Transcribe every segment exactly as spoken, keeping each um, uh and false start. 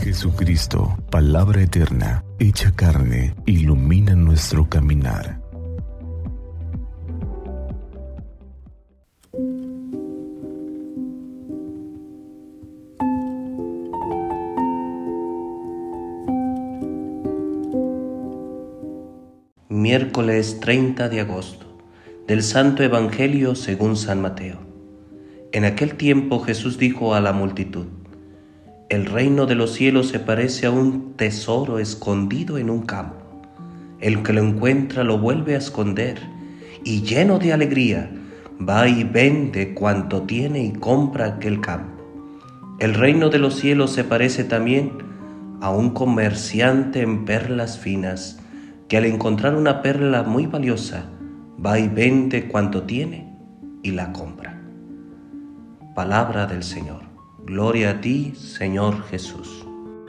Jesucristo, palabra eterna, hecha carne, ilumina nuestro caminar. Miércoles treinta de agosto, del Santo Evangelio según San Mateo. En aquel tiempo Jesús dijo a la multitud: El reino de los cielos se parece a un tesoro escondido en un campo. El que lo encuentra lo vuelve a esconder, y lleno de alegría va y vende cuanto tiene y compra aquel campo. El reino de los cielos se parece también a un comerciante en perlas finas, que al encontrar una perla muy valiosa, va y vende cuanto tiene y la compra. Palabra del Señor. Gloria a ti, Señor Jesús.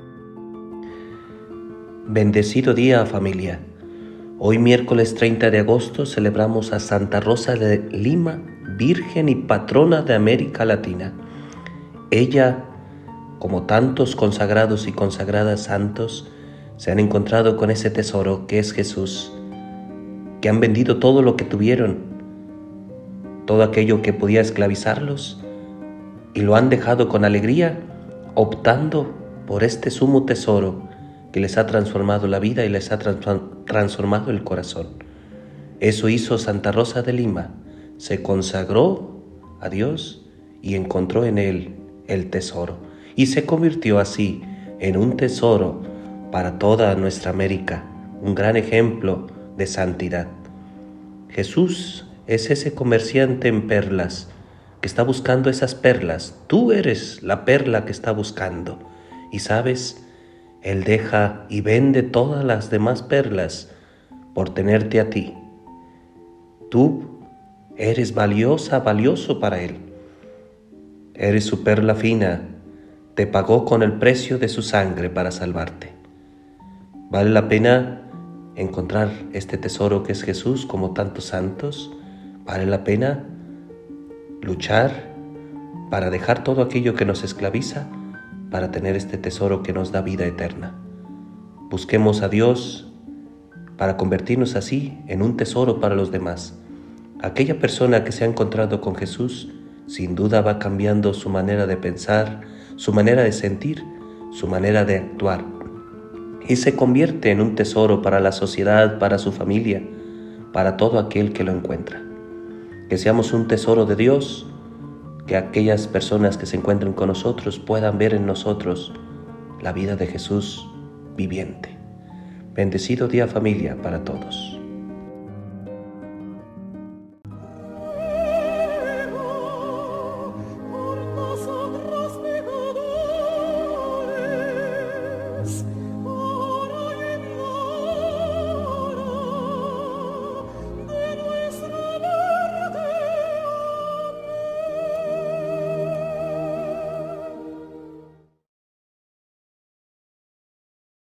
Bendecido día, familia. Hoy, miércoles treinta de agosto, celebramos a Santa Rosa de Lima, Virgen y patrona de América Latina. Ella, como tantos consagrados y consagradas santos, se han encontrado con ese tesoro que es Jesús, que han vendido todo lo que tuvieron, todo aquello que podía esclavizarlos, y lo han dejado con alegría, optando por este sumo tesoro que les ha transformado la vida y les ha transformado el corazón. Eso hizo Santa Rosa de Lima, se consagró a Dios y encontró en Él el tesoro, y se convirtió así en un tesoro para toda nuestra América, un gran ejemplo de santidad. Jesús es ese comerciante en perlas que está buscando esas perlas. Tú eres la perla que está buscando. Y sabes, Él deja y vende todas las demás perlas por tenerte a ti. Tú eres valiosa, valioso para Él. Eres su perla fina. Te pagó con el precio de su sangre para salvarte. Vale la pena encontrar este tesoro que es Jesús, como tantos santos. Vale la pena luchar para dejar todo aquello que nos esclaviza, para tener este tesoro que nos da vida eterna. Busquemos a Dios para convertirnos así en un tesoro para los demás. Aquella persona que se ha encontrado con Jesús, sin duda va cambiando su manera de pensar, su manera de sentir, su manera de actuar, y se convierte en un tesoro para la sociedad, para su familia, para todo aquel que lo encuentra. Que seamos un tesoro de Dios, que aquellas personas que se encuentren con nosotros puedan ver en nosotros la vida de Jesús viviente. Bendecido día, familia, para todos.